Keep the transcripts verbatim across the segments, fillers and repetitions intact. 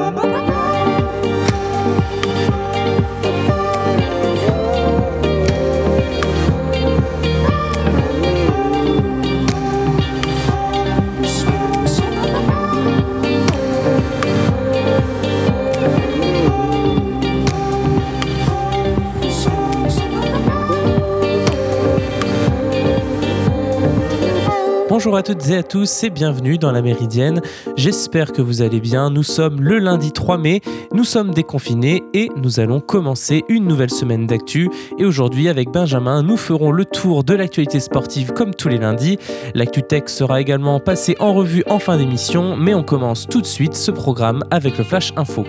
Bonjour à toutes et à tous et bienvenue dans la Méridienne. J'espère que vous allez bien. Nous sommes le lundi trois mai, nous sommes déconfinés et nous allons commencer une nouvelle semaine d'actu. Et aujourd'hui, avec Benjamin, nous ferons le tour de l'actualité sportive comme tous les lundis. L'actu tech sera également passée en revue en fin d'émission, mais on commence tout de suite ce programme avec le Flash Info.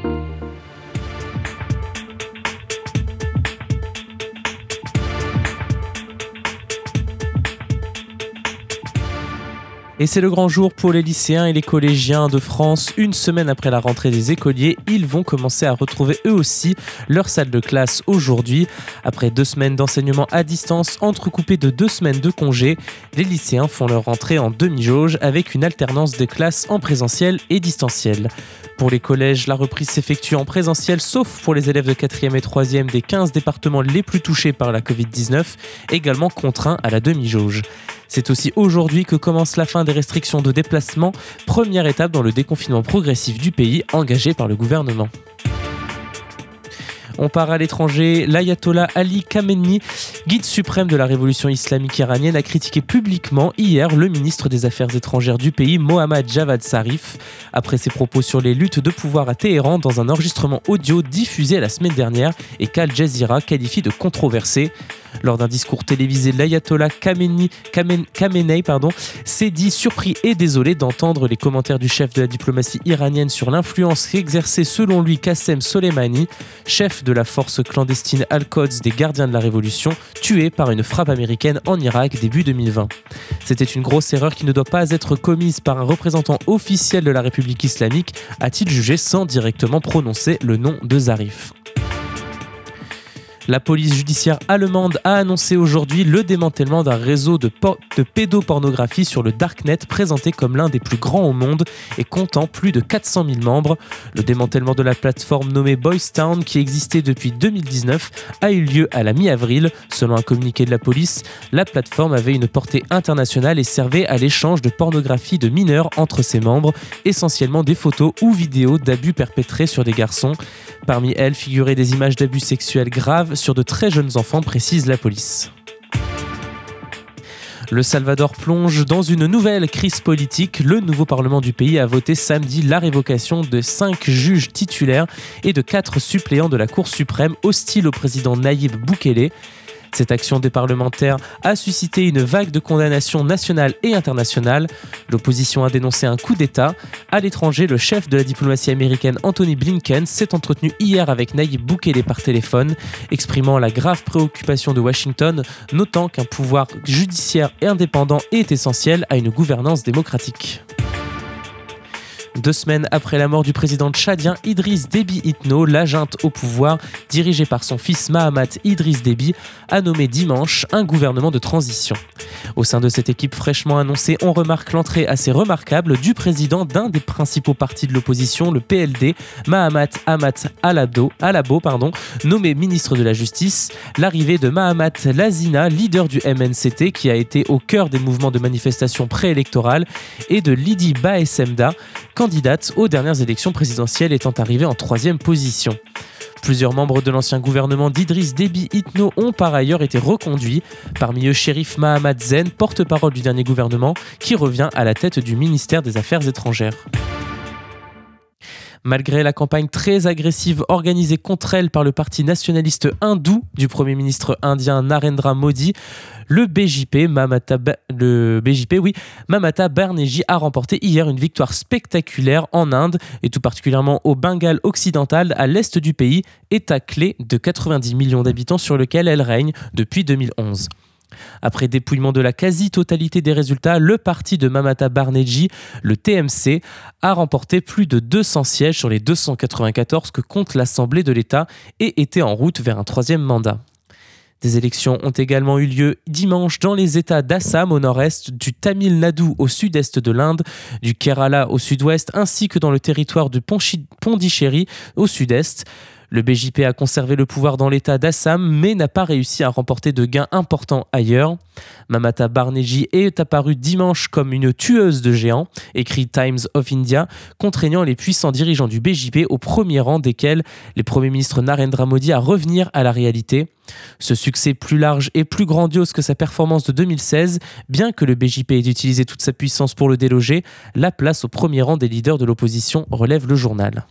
Et c'est le grand jour pour les lycéens et les collégiens de France. Une semaine après la rentrée des écoliers, ils vont commencer à retrouver eux aussi leur salle de classe aujourd'hui. Après deux semaines d'enseignement à distance entrecoupées de deux semaines de congés, les lycéens font leur rentrée en demi-jauge avec une alternance des classes en présentiel et distanciel. Pour les collèges, la reprise s'effectue en présentiel, sauf pour les élèves de quatrième et troisième des quinze départements les plus touchés par la covid dix-neuf, également contraints à la demi-jauge. C'est aussi aujourd'hui que commence la fin des restrictions de déplacement, première étape dans le déconfinement progressif du pays engagé par le gouvernement. On part à l'étranger. L'ayatollah Ali Khamenei, guide suprême de la révolution islamique iranienne, a critiqué publiquement hier le ministre des Affaires étrangères du pays, Mohammad Javad Zarif, après ses propos sur les luttes de pouvoir à Téhéran dans un enregistrement audio diffusé la semaine dernière et qu'Al Jazeera qualifie de controversé. Lors d'un discours télévisé, l'ayatollah Khamenei, Khamen, Khamenei pardon, s'est dit surpris et désolé d'entendre les commentaires du chef de la diplomatie iranienne sur l'influence qu'exerçait selon lui Qassem Soleimani, chef de la force clandestine Al-Quds des gardiens de la révolution, tué par une frappe américaine en Irak début deux mille vingt. C'était une grosse erreur qui ne doit pas être commise par un représentant officiel de la République islamique, a-t-il jugé sans directement prononcer le nom de Zarif. La police judiciaire allemande a annoncé aujourd'hui le démantèlement d'un réseau de, por- de pédopornographie sur le Darknet présenté comme l'un des plus grands au monde et comptant plus de quatre cent mille membres. Le démantèlement de la plateforme nommée Boys Town, qui existait depuis deux mille dix-neuf, a eu lieu à la mi-avril. Selon un communiqué de la police, la plateforme avait une portée internationale et servait à l'échange de pornographie de mineurs entre ses membres, essentiellement des photos ou vidéos d'abus perpétrés sur des garçons. Parmi elles figuraient des images d'abus sexuels graves sur de très jeunes enfants, précise la police. Le Salvador plonge dans une nouvelle crise politique. Le nouveau parlement du pays a voté samedi la révocation de cinq juges titulaires et de quatre suppléants de la Cour suprême hostiles au président Nayib Bukele. Cette action des parlementaires a suscité une vague de condamnations nationales et internationales. L'opposition a dénoncé un coup d'État. À l'étranger, le chef de la diplomatie américaine Anthony Blinken s'est entretenu hier avec Nayib Bukele par téléphone, exprimant la grave préoccupation de Washington, notant qu'un pouvoir judiciaire et indépendant est essentiel à une gouvernance démocratique. Deux semaines après la mort du président tchadien Idriss Déby Itno, la junte au pouvoir, dirigée par son fils Mahamat Idriss Déby, a nommé dimanche un gouvernement de transition. Au sein de cette équipe fraîchement annoncée, on remarque l'entrée assez remarquable du président d'un des principaux partis de l'opposition, le P L D, Mahamat Ahmad Alado, Alabo, pardon, nommé ministre de la Justice, l'arrivée de Mahamat Lazina, leader du M N C T, qui a été au cœur des mouvements de manifestation préélectorale, et de Lydie Baessemda, candidate aux dernières élections présidentielles, étant arrivée en troisième position. Plusieurs membres de l'ancien gouvernement d'Idriss Déby Itno ont par ailleurs été reconduits, parmi eux Chérif Mahamad Zen, porte-parole du dernier gouvernement, qui revient à la tête du ministère des Affaires étrangères. Malgré la campagne très agressive organisée contre elle par le parti nationaliste hindou du Premier ministre indien Narendra Modi, le B J P, Mamata, le B J P, oui, Mamata Banerjee a remporté hier une victoire spectaculaire en Inde et tout particulièrement au Bengale occidental, à l'est du pays, état clé de quatre-vingt-dix millions d'habitants sur lequel elle règne depuis deux mille onze. Après dépouillement de la quasi-totalité des résultats, le parti de Mamata Banerjee, le T M C, a remporté plus de deux cents sièges sur les deux cent quatre-vingt-quatorze que compte l'Assemblée de l'État et était en route vers un troisième mandat. Des élections ont également eu lieu dimanche dans les États d'Assam au nord-est, du Tamil Nadu au sud-est de l'Inde, du Kerala au sud-ouest, ainsi que dans le territoire du Pondichéry au sud-est. Le B J P a conservé le pouvoir dans l'État d'Assam, mais n'a pas réussi à remporter de gains importants ailleurs. Mamata Banerjee est apparue dimanche comme une tueuse de géants, écrit Times of India, contraignant les puissants dirigeants du B J P au premier rang desquels les premiers ministres Narendra Modi à revenir à la réalité. Ce succès plus large et plus grandiose que sa performance de deux mille seize, bien que le B J P ait utilisé toute sa puissance pour le déloger, la place au premier rang des leaders de l'opposition, relève le journal.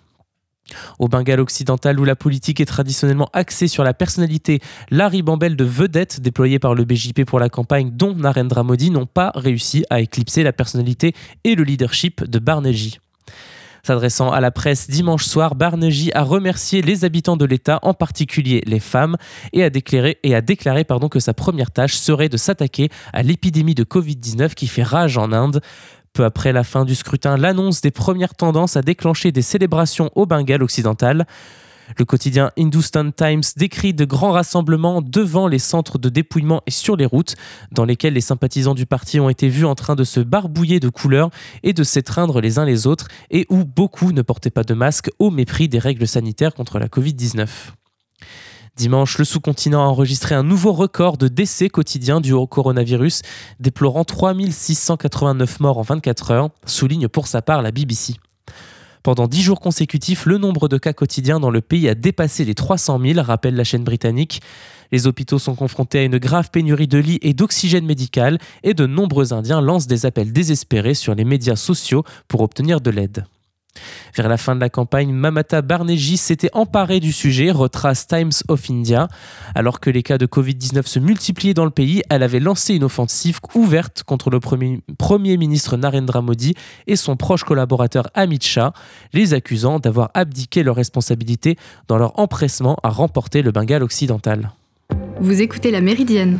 Au Bengale occidental, où la politique est traditionnellement axée sur la personnalité, la ribambelle de vedettes déployées par le B J P pour la campagne, dont Narendra Modi, n'ont pas réussi à éclipser la personnalité et le leadership de Banerjee. S'adressant à la presse dimanche soir, Banerjee a remercié les habitants de l'État, en particulier les femmes, et a déclaré, et a déclaré pardon, que sa première tâche serait de s'attaquer à l'épidémie de covid dix-neuf qui fait rage en Inde. Peu après la fin du scrutin, l'annonce des premières tendances a déclenché des célébrations au Bengale occidental. Le quotidien Hindustan Times décrit de grands rassemblements devant les centres de dépouillement et sur les routes, dans lesquels les sympathisants du parti ont été vus en train de se barbouiller de couleurs et de s'étreindre les uns les autres, et où beaucoup ne portaient pas de masque au mépris des règles sanitaires contre la covid dix-neuf. Dimanche, le sous-continent a enregistré un nouveau record de décès quotidiens dus au coronavirus, déplorant trois mille six cent quatre-vingt-neuf morts en vingt-quatre heures, souligne pour sa part la B B C. Pendant dix jours consécutifs, le nombre de cas quotidiens dans le pays a dépassé les trois cent mille, rappelle la chaîne britannique. Les hôpitaux sont confrontés à une grave pénurie de lits et d'oxygène médical, et de nombreux Indiens lancent des appels désespérés sur les médias sociaux pour obtenir de l'aide. Vers la fin de la campagne, Mamata Banerjee s'était emparée du sujet, retrace Times of India. Alors que les cas de covid dix-neuf se multipliaient dans le pays, elle avait lancé une offensive ouverte contre le premier, premier ministre Narendra Modi et son proche collaborateur Amit Shah, les accusant d'avoir abdiqué leurs responsabilités dans leur empressement à remporter le Bengale occidental. Vous écoutez La Méridienne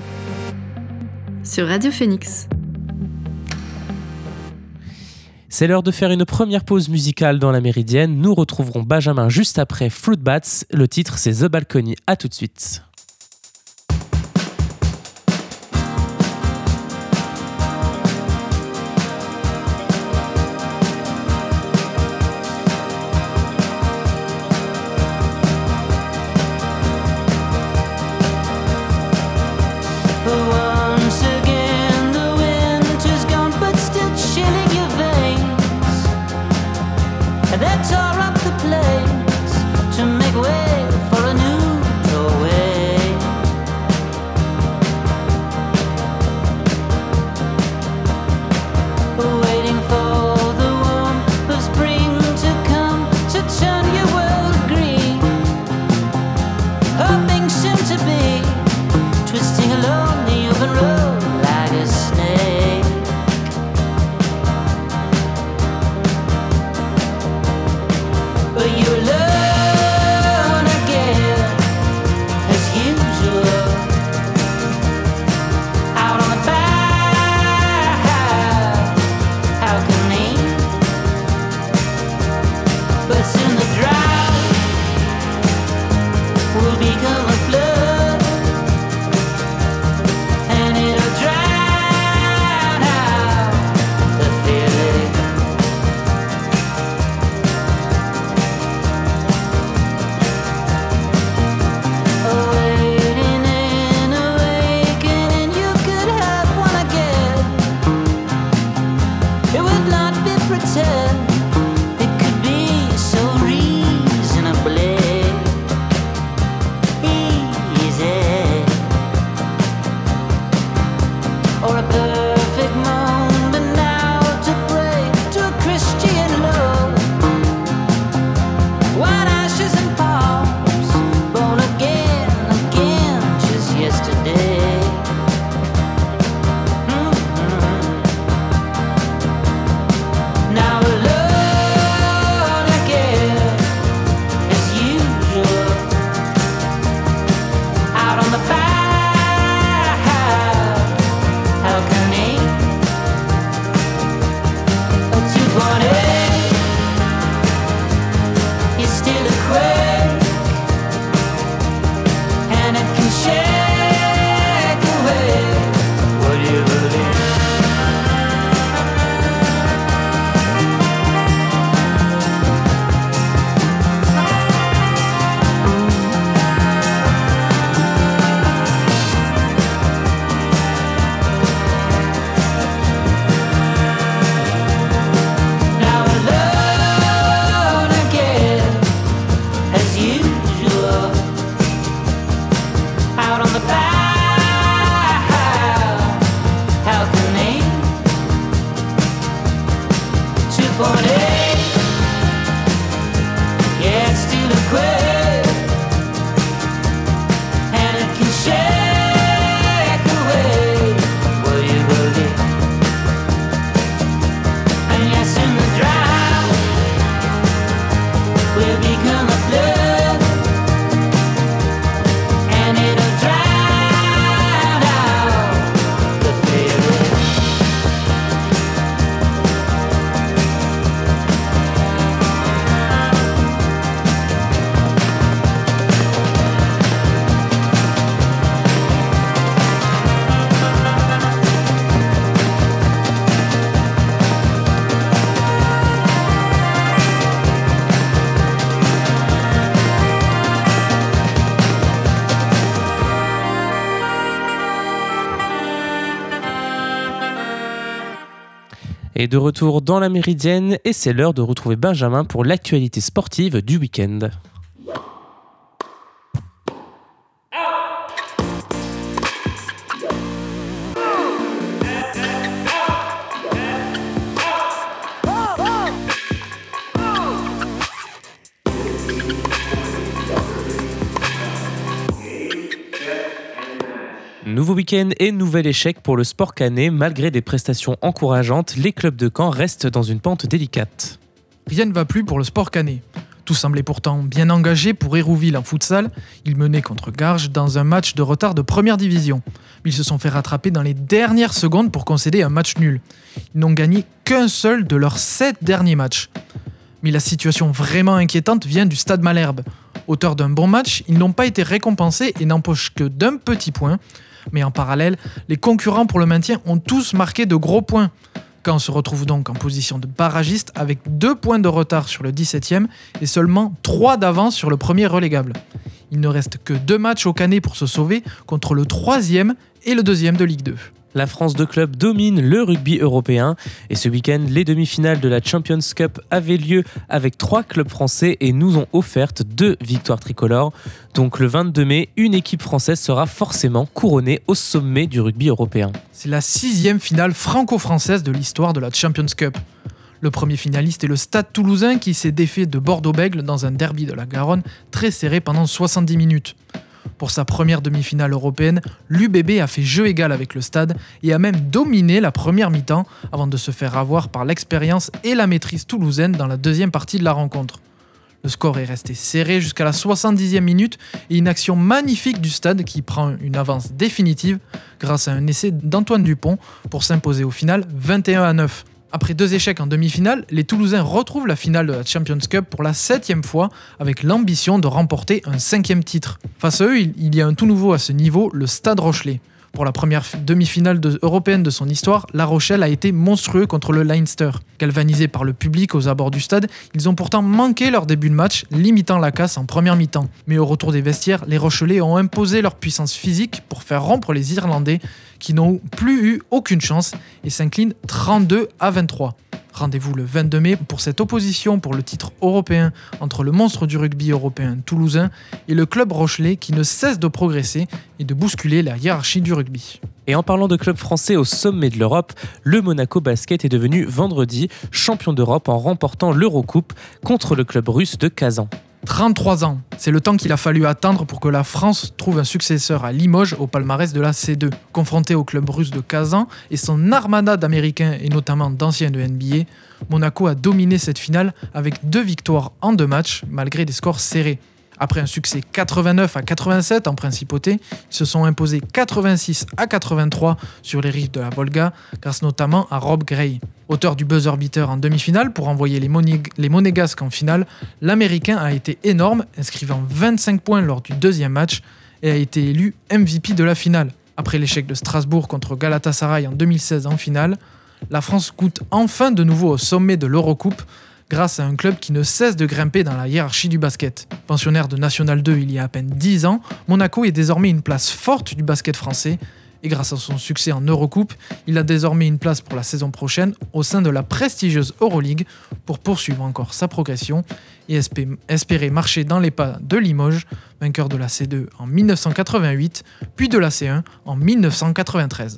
sur Radio Phoenix. C'est l'heure de faire une première pause musicale dans la Méridienne. Nous retrouverons Benjamin juste après Fruit Bats. Le titre, c'est The Balcony. À tout de suite. Now love Et de retour dans la Méridienne, et c'est l'heure de retrouver Benjamin pour l'actualité sportive du week-end. Nouveau week-end et nouvel échec pour le sport caennais. Malgré des prestations encourageantes, les clubs de Caen restent dans une pente délicate. Rien ne va plus pour le sport caennais. Tout semblait pourtant bien engagé pour Hérouville en futsal. Ils menaient contre Garges dans un match de retard de première division. Mais ils se sont fait rattraper dans les dernières secondes pour concéder un match nul. Ils n'ont gagné qu'un seul de leurs sept derniers matchs. Mais la situation vraiment inquiétante vient du Stade Malherbe. Auteurs d'un bon match, ils n'ont pas été récompensés et n'empochent que d'un petit point. Mais en parallèle, les concurrents pour le maintien ont tous marqué de gros points. Caen se retrouve donc en position de barragiste avec deux points de retard sur le dix-septième et seulement trois d'avance sur le premier relégable. Il ne reste que deux matchs au Canet pour se sauver contre le troisième et le deuxième de Ligue deux. La France de clubs domine le rugby européen et ce week-end, les demi-finales de la Champions Cup avaient lieu avec trois clubs français et nous ont offert deux victoires tricolores. Donc le vingt-deux mai, une équipe française sera forcément couronnée au sommet du rugby européen. C'est la sixième finale franco-française de l'histoire de la Champions Cup. Le premier finaliste est le Stade Toulousain qui s'est défait de Bordeaux-Bègles dans un derby de la Garonne très serré pendant soixante-dix minutes. Pour sa première demi-finale européenne, l'U B B a fait jeu égal avec le Stade et a même dominé la première mi-temps avant de se faire avoir par l'expérience et la maîtrise toulousaine dans la deuxième partie de la rencontre. Le score est resté serré jusqu'à la soixante-dixième minute et une action magnifique du Stade qui prend une avance définitive grâce à un essai d'Antoine Dupont pour s'imposer au final vingt et un à neuf. Après deux échecs en demi-finale, les Toulousains retrouvent la finale de la Champions Cup pour la septième fois avec l'ambition de remporter un cinquième titre. Face à eux, il y a un tout nouveau à ce niveau, le Stade Rochelais. Pour la première demi-finale de, européenne de son histoire, La Rochelle a été monstrueux contre le Leinster. Galvanisés par le public aux abords du stade, ils ont pourtant manqué leur début de match, limitant la casse en première mi-temps. Mais au retour des vestiaires, les Rochelais ont imposé leur puissance physique pour faire rompre les Irlandais qui n'ont plus eu aucune chance et s'inclinent trente-deux à vingt-trois. Rendez-vous le vingt-deux mai pour cette opposition pour le titre européen entre le monstre du rugby européen toulousain et le club rochelais qui ne cesse de progresser et de bousculer la hiérarchie du rugby. Et en parlant de club français au sommet de l'Europe, le Monaco Basket est devenu vendredi champion d'Europe en remportant l'Eurocoupe contre le club russe de Kazan. trente-trois ans, c'est le temps qu'il a fallu attendre pour que la France trouve un successeur à Limoges au palmarès de la C deux. Confronté au club russe de Kazan et son armada d'Américains et notamment d'anciens de N B A, Monaco a dominé cette finale avec deux victoires en deux matchs malgré des scores serrés. Après un succès quatre-vingt-neuf à quatre-vingt-sept en principauté, ils se sont imposés quatre-vingt-six à quatre-vingt-trois sur les rives de la Volga, grâce notamment à Rob Gray. Auteur du buzzer beater en demi-finale pour envoyer les, Monig- les Monégasques en finale, l'Américain a été énorme, inscrivant vingt-cinq points lors du deuxième match et a été élu M V P de la finale. Après l'échec de Strasbourg contre Galatasaray en deux mille seize en finale, la France goûte enfin de nouveau au sommet de l'Eurocoupe, grâce à un club qui ne cesse de grimper dans la hiérarchie du basket. Pensionnaire de National deux il y a à peine dix ans, Monaco est désormais une place forte du basket français et grâce à son succès en Eurocoupe, il a désormais une place pour la saison prochaine au sein de la prestigieuse Euroleague pour poursuivre encore sa progression et espérer marcher dans les pas de Limoges, vainqueur de la C deux en dix-neuf cent quatre-vingt-huit, puis de la C un en dix-neuf cent quatre-vingt-treize.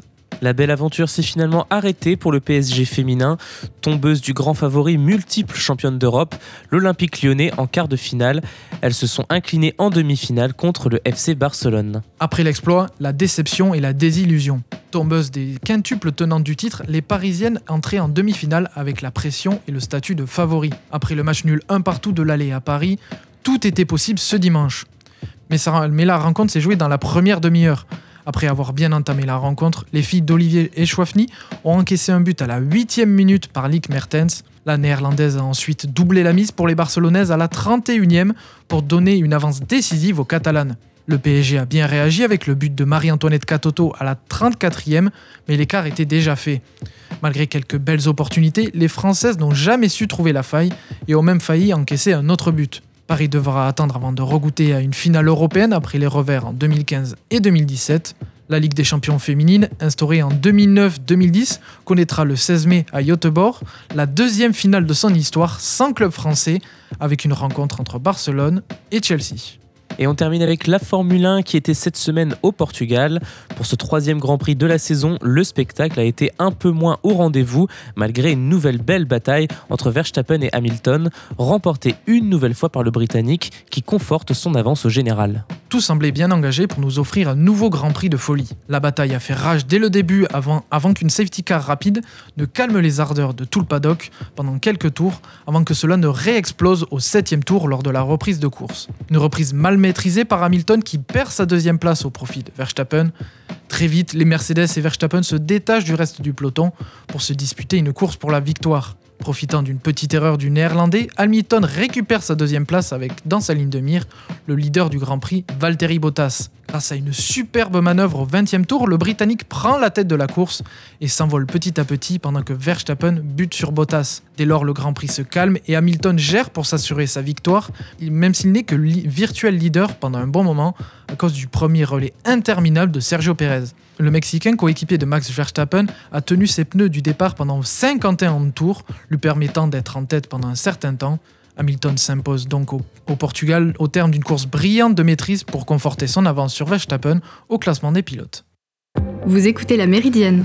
La belle aventure s'est finalement arrêtée pour le P S G féminin. Tombeuse du grand favori multiple championne d'Europe, l'Olympique lyonnais en quart de finale. Elles se sont inclinées en demi-finale contre le F C Barcelone. Après l'exploit, la déception et la désillusion. Tombeuses des quintuples tenantes du titre, les Parisiennes entraient en demi-finale avec la pression et le statut de favori. Après le match nul un partout de l'aller à Paris, tout était possible ce dimanche. Mais, ça, mais la rencontre s'est jouée dans la première demi-heure. Après avoir bien entamé la rencontre, les filles d'Olivier Eschwafny ont encaissé un but à la huitième minute par Lieke Mertens. La néerlandaise a ensuite doublé la mise pour les barcelonaises à la trente et unième pour donner une avance décisive aux catalanes. Le P S G a bien réagi avec le but de Marie-Antoinette Katoto à la trente-quatrième, mais l'écart était déjà fait. Malgré quelques belles opportunités, les Françaises n'ont jamais su trouver la faille et ont même failli encaisser un autre but. Paris devra attendre avant de regoûter à une finale européenne après les revers en deux mille quinze et deux mille dix-sept. La Ligue des champions féminines, instaurée en deux mille neuf deux mille dix, connaîtra le seize mai à Göteborg la deuxième finale de son histoire sans club français, avec une rencontre entre Barcelone et Chelsea. Et on termine avec la Formule un qui était cette semaine au Portugal. Pour ce troisième Grand Prix de la saison, le spectacle a été un peu moins au rendez-vous, malgré une nouvelle belle bataille entre Verstappen et Hamilton, remportée une nouvelle fois par le Britannique, qui conforte son avance au général. Tout semblait bien engagé pour nous offrir un nouveau Grand Prix de folie. La bataille a fait rage dès le début avant, avant qu'une safety car rapide ne calme les ardeurs de tout le paddock pendant quelques tours, avant que cela ne réexplose au septième tour lors de la reprise de course. Une reprise mal maîtrisé par Hamilton qui perd sa deuxième place au profit de Verstappen. Très vite, les Mercedes et Verstappen se détachent du reste du peloton pour se disputer une course pour la victoire. Profitant d'une petite erreur du néerlandais, Hamilton récupère sa deuxième place avec, dans sa ligne de mire, le leader du Grand Prix, Valtteri Bottas. Grâce à une superbe manœuvre au vingtième tour, le Britannique prend la tête de la course et s'envole petit à petit pendant que Verstappen bute sur Bottas. Dès lors, le Grand Prix se calme et Hamilton gère pour s'assurer sa victoire, même s'il n'est que li- virtuel leader pendant un bon moment à cause du premier relais interminable de Sergio Pérez. Le Mexicain, coéquipier de Max Verstappen, a tenu ses pneus du départ pendant cinquante et un tours, lui permettant d'être en tête pendant un certain temps. Hamilton s'impose donc au, au Portugal au terme d'une course brillante de maîtrise pour conforter son avance sur Verstappen au classement des pilotes. Vous écoutez La Méridienne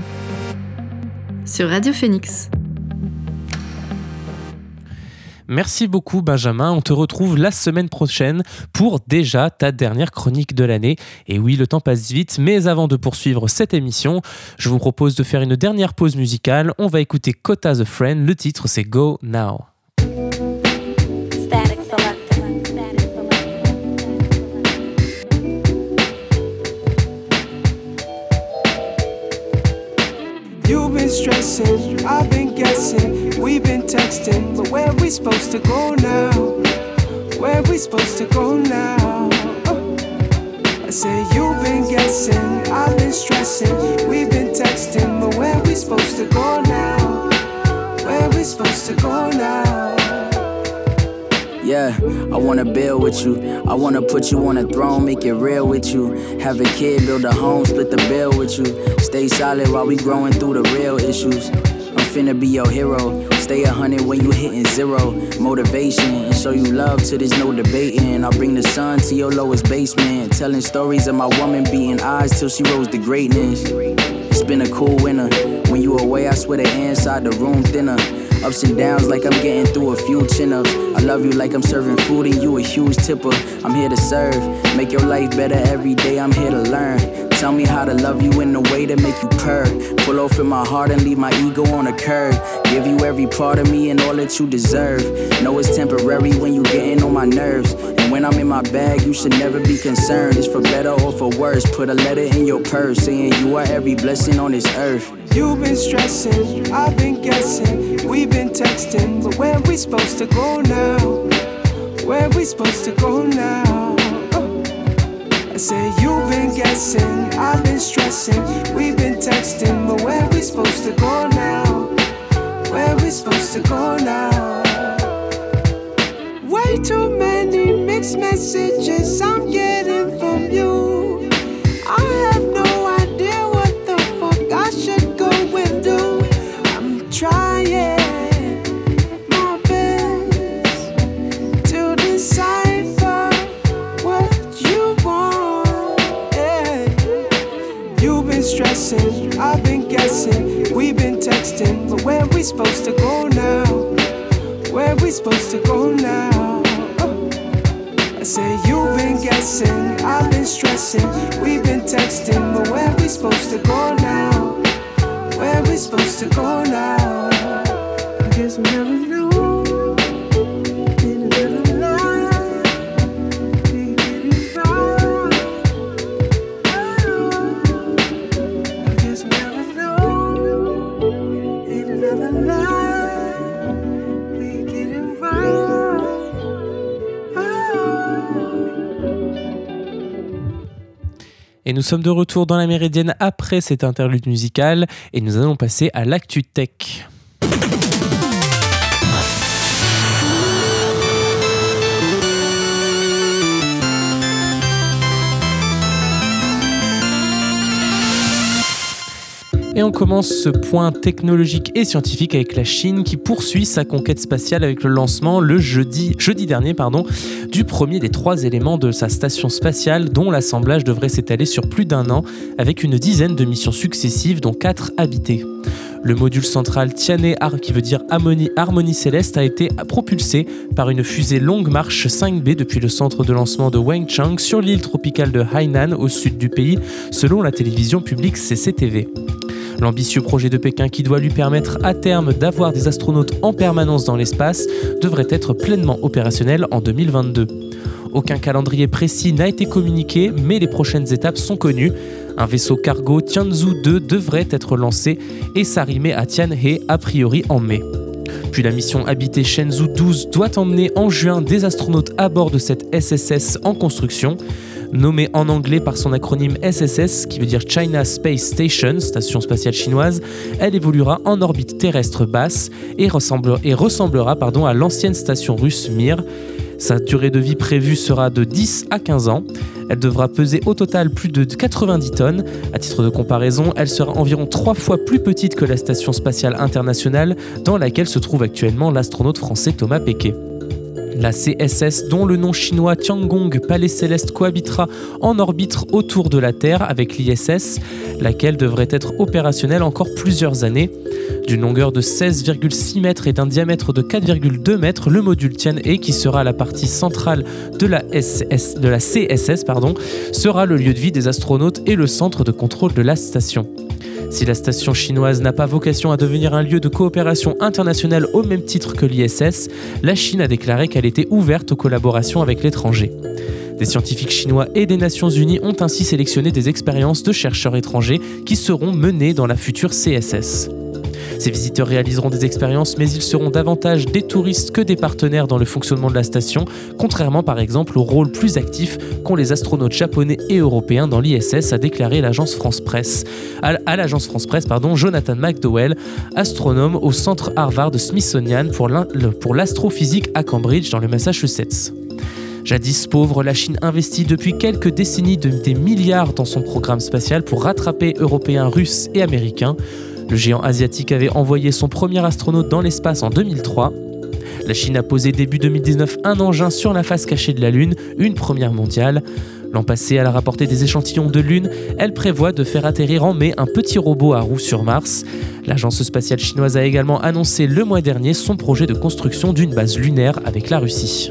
sur Radio Phoenix. Merci beaucoup Benjamin, on te retrouve la semaine prochaine pour déjà ta dernière chronique de l'année. Et oui, le temps passe vite, mais avant de poursuivre cette émission, je vous propose de faire une dernière pause musicale. On va écouter Kota the Friend, le titre c'est Go Now. Static Selector. Static Selector. You've been stressing, I've been guessing, we've been texting, but where we supposed to go now? Where we supposed to go now? Oh. I say you've been guessing, I've been stressing, we've been texting, but where we supposed to go now? Where we supposed to go now? Yeah, I wanna build with you. I wanna put you on a throne, make it real with you. Have a kid, build a home, split the bill with you. Stay solid while we growing through the real issues. I'm finna be your hero. Stay a hundred when you hitting zero. Motivation and show you love till there's no debating. I'll bring the sun to your lowest basement. Telling stories of my woman beating odds till she rose to greatness. It's been a cool winter. When you away, I swear the air inside the room thinner. Ups and downs like I'm getting through a few chin-ups. I love you like I'm serving food and you a huge tipper. I'm here to serve, make your life better every day. I'm here to learn. Tell me how to love you in a way to make you purr. Pull off in my heart and leave my ego on a curb. Give you every part of me and all that you deserve. Know it's temporary when you getting on my nerves. And when I'm in my bag, you should never be concerned. It's for better or for worse. Put a letter in your purse saying you are every blessing on this earth. You've been stressing, I've been guessing, we've been texting, but where we supposed to go now? Where we supposed to go now? Oh. I say you've been guessing, I've been stressing, we've been texting, but where we supposed to go now? Where we supposed to go now? Way too many mixed messages I'm getting from you. I have no idea what the fuck I should go and do. I'm trying my best to decipher what you want. Yeah. You've been stressing, I've been getting we supposed to go now? Oh. I say you've been guessing, I've been stressing, we've been texting, but where we supposed to go now? Where we supposed to go now? I guess we never know. Et nous sommes de retour dans la Méridienne après cette interlude musicale et nous allons passer à l'actu tech. Et on commence ce point technologique et scientifique avec la Chine qui poursuit sa conquête spatiale avec le lancement le jeudi, jeudi dernier pardon, du premier des trois éléments de sa station spatiale dont l'assemblage devrait s'étaler sur plus d'un an avec une dizaine de missions successives dont quatre habitées. Le module central Tianhe, qui veut dire harmonie, harmonie céleste, a été propulsé par une fusée Longue Marche cinq B depuis le centre de lancement de Wenchang sur l'île tropicale de Hainan au sud du pays, selon la télévision publique C C T V. L'ambitieux projet de Pékin qui doit lui permettre à terme d'avoir des astronautes en permanence dans l'espace devrait être pleinement opérationnel en deux mille vingt-deux. Aucun calendrier précis n'a été communiqué, mais les prochaines étapes sont connues. Un vaisseau cargo Tianzhou deux devrait être lancé et s'arrimer à Tianhe a priori en mai. Puis la mission habitée Shenzhou douze doit emmener en juin des astronautes à bord de cette S S S en construction. Nommée en anglais par son acronyme S S S, qui veut dire China Space Station, station spatiale chinoise, elle évoluera en orbite terrestre basse et, ressemble, et ressemblera pardon, à l'ancienne station russe Mir. Sa durée de vie prévue sera de dix à quinze ans. Elle devra peser au total plus de quatre-vingt-dix tonnes. À titre de comparaison, elle sera environ trois fois plus petite que la station spatiale internationale dans laquelle se trouve actuellement l'astronaute français Thomas Pesquet. La C S S, dont le nom chinois Tiangong Palais Céleste, cohabitera en orbite autour de la Terre avec l'I S S, laquelle devrait être opérationnelle encore plusieurs années. D'une longueur de seize virgule six mètres et d'un diamètre de quatre virgule deux mètres, le module Tianhe, qui sera la partie centrale de la, S S, de la C S S, pardon, sera le lieu de vie des astronautes et le centre de contrôle de la station. Si la station chinoise n'a pas vocation à devenir un lieu de coopération internationale au même titre que l'I S S, la Chine a déclaré qu'elle était ouverte aux collaborations avec l'étranger. Des scientifiques chinois et des Nations Unies ont ainsi sélectionné des expériences de chercheurs étrangers qui seront menées dans la future C S S. Ces visiteurs réaliseront des expériences, mais ils seront davantage des touristes que des partenaires dans le fonctionnement de la station, contrairement par exemple au rôle plus actif qu'ont les astronautes japonais et européens dans l'I S S, a déclaré l'agence France Presse. À, à l'agence France Presse, pardon, Jonathan McDowell, astronome au centre Harvard Smithsonian pour, pour l'astrophysique à Cambridge dans le Massachusetts. Jadis pauvre, la Chine investit depuis quelques décennies de, des milliards dans son programme spatial pour rattraper Européens, Russes et Américains. Le géant asiatique avait envoyé son premier astronaute dans l'espace en deux mille trois. La Chine a posé début deux mille dix-neuf un engin sur la face cachée de la Lune, une première mondiale. L'an passé, elle a rapporté des échantillons de Lune. Elle prévoit de faire atterrir en mai un petit robot à roues sur Mars. L'agence spatiale chinoise a également annoncé le mois dernier son projet de construction d'une base lunaire avec la Russie.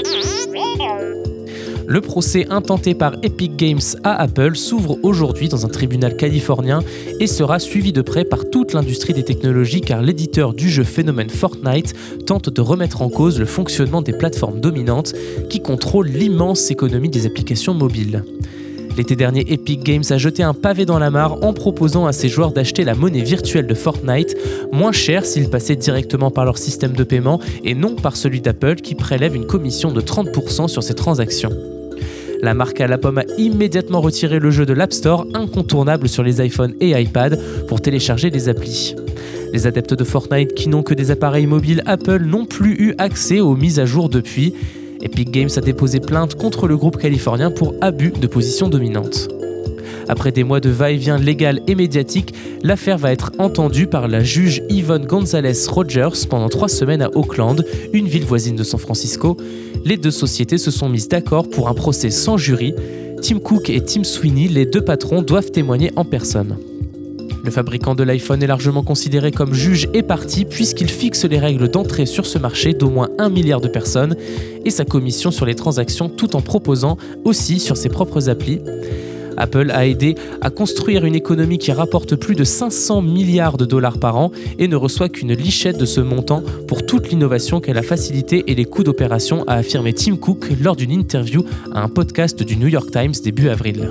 Le procès intenté par Epic Games à Apple s'ouvre aujourd'hui dans un tribunal californien et sera suivi de près par toute l'industrie des technologies car l'éditeur du jeu phénomène Fortnite tente de remettre en cause le fonctionnement des plateformes dominantes qui contrôlent l'immense économie des applications mobiles. L'été dernier, Epic Games a jeté un pavé dans la mare en proposant à ses joueurs d'acheter la monnaie virtuelle de Fortnite, moins chère s'ils passaient directement par leur système de paiement et non par celui d'Apple qui prélève une commission de trente pour cent sur ces transactions. La marque à la pomme a immédiatement retiré le jeu de l'App Store, incontournable sur les iPhones et iPad, pour télécharger les applis. Les adeptes de Fortnite qui n'ont que des appareils mobiles Apple n'ont plus eu accès aux mises à jour depuis. Epic Games a déposé plainte contre le groupe californien pour abus de position dominante. Après des mois de va-et-vient légal et médiatique, l'affaire va être entendue par la juge Yvonne Gonzalez Rogers pendant trois semaines à Oakland, une ville voisine de San Francisco. Les deux sociétés se sont mises d'accord pour un procès sans jury. Tim Cook et Tim Sweeney, les deux patrons, doivent témoigner en personne. Le fabricant de l'iPhone est largement considéré comme juge et partie puisqu'il fixe les règles d'entrée sur ce marché d'au moins un milliard de personnes et sa commission sur les transactions tout en proposant aussi sur ses propres applis. Apple a aidé à construire une économie qui rapporte plus de cinq cents milliards de dollars par an et ne reçoit qu'une lichette de ce montant pour toute l'innovation qu'elle a facilitée et les coûts d'opération, a affirmé Tim Cook lors d'une interview à un podcast du New York Times début avril.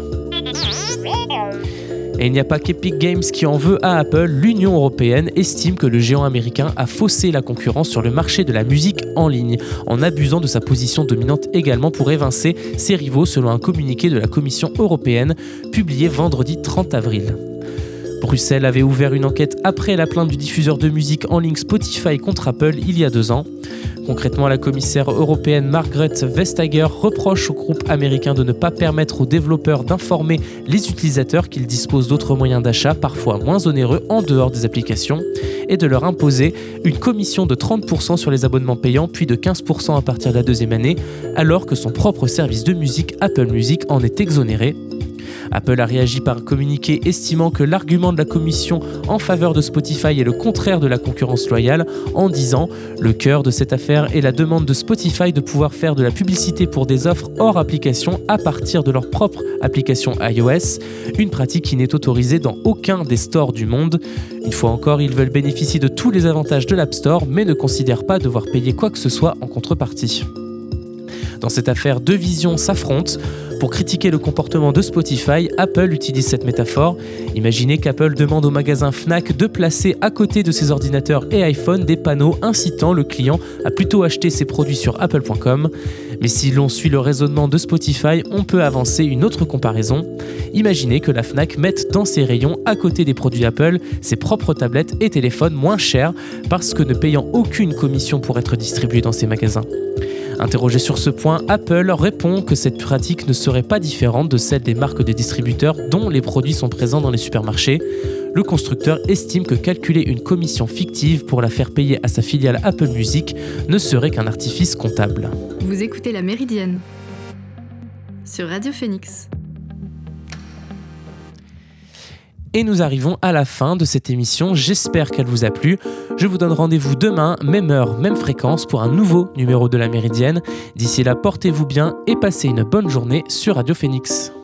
Et il n'y a pas qu'Epic Games qui en veut à Apple, l'Union européenne estime que le géant américain a faussé la concurrence sur le marché de la musique en ligne, en abusant de sa position dominante également pour évincer ses rivaux selon un communiqué de la Commission européenne publié vendredi trente avril. Bruxelles avait ouvert une enquête après la plainte du diffuseur de musique en ligne Spotify contre Apple il y a deux ans. Concrètement, la commissaire européenne Margrethe Vestager reproche au groupe américain de ne pas permettre aux développeurs d'informer les utilisateurs qu'ils disposent d'autres moyens d'achat, parfois moins onéreux, en dehors des applications, et de leur imposer une commission de trente pour cent sur les abonnements payants, puis de quinze pour cent à partir de la deuxième année, alors que son propre service de musique, Apple Music, en est exonéré. Apple a réagi par un communiqué estimant que l'argument de la commission en faveur de Spotify est le contraire de la concurrence loyale en disant « Le cœur de cette affaire est la demande de Spotify de pouvoir faire de la publicité pour des offres hors application à partir de leur propre application iOS, une pratique qui n'est autorisée dans aucun des stores du monde. Une fois encore, ils veulent bénéficier de tous les avantages de l'App Store mais ne considèrent pas devoir payer quoi que ce soit en contrepartie. » Dans cette affaire, deux visions s'affrontent. Pour critiquer le comportement de Spotify, Apple utilise cette métaphore. Imaginez qu'Apple demande au magasin Fnac de placer à côté de ses ordinateurs et iPhone des panneaux incitant le client à plutôt acheter ses produits sur apple point com. Mais si l'on suit le raisonnement de Spotify, on peut avancer une autre comparaison. Imaginez que la Fnac mette dans ses rayons, à côté des produits Apple, ses propres tablettes et téléphones moins chers parce que ne payant aucune commission pour être distribués dans ses magasins. Interrogé sur ce point, Apple répond que cette pratique ne serait pas différente de celle des marques des distributeurs dont les produits sont présents dans les supermarchés. Le constructeur estime que calculer une commission fictive pour la faire payer à sa filiale Apple Music ne serait qu'un artifice comptable. Vous écoutez La Méridienne sur Radio Phoenix. Et nous arrivons à la fin de cette émission, j'espère qu'elle vous a plu. Je vous donne rendez-vous demain, même heure, même fréquence, pour un nouveau numéro de La Méridienne. D'ici là, portez-vous bien et passez une bonne journée sur Radio Phoenix.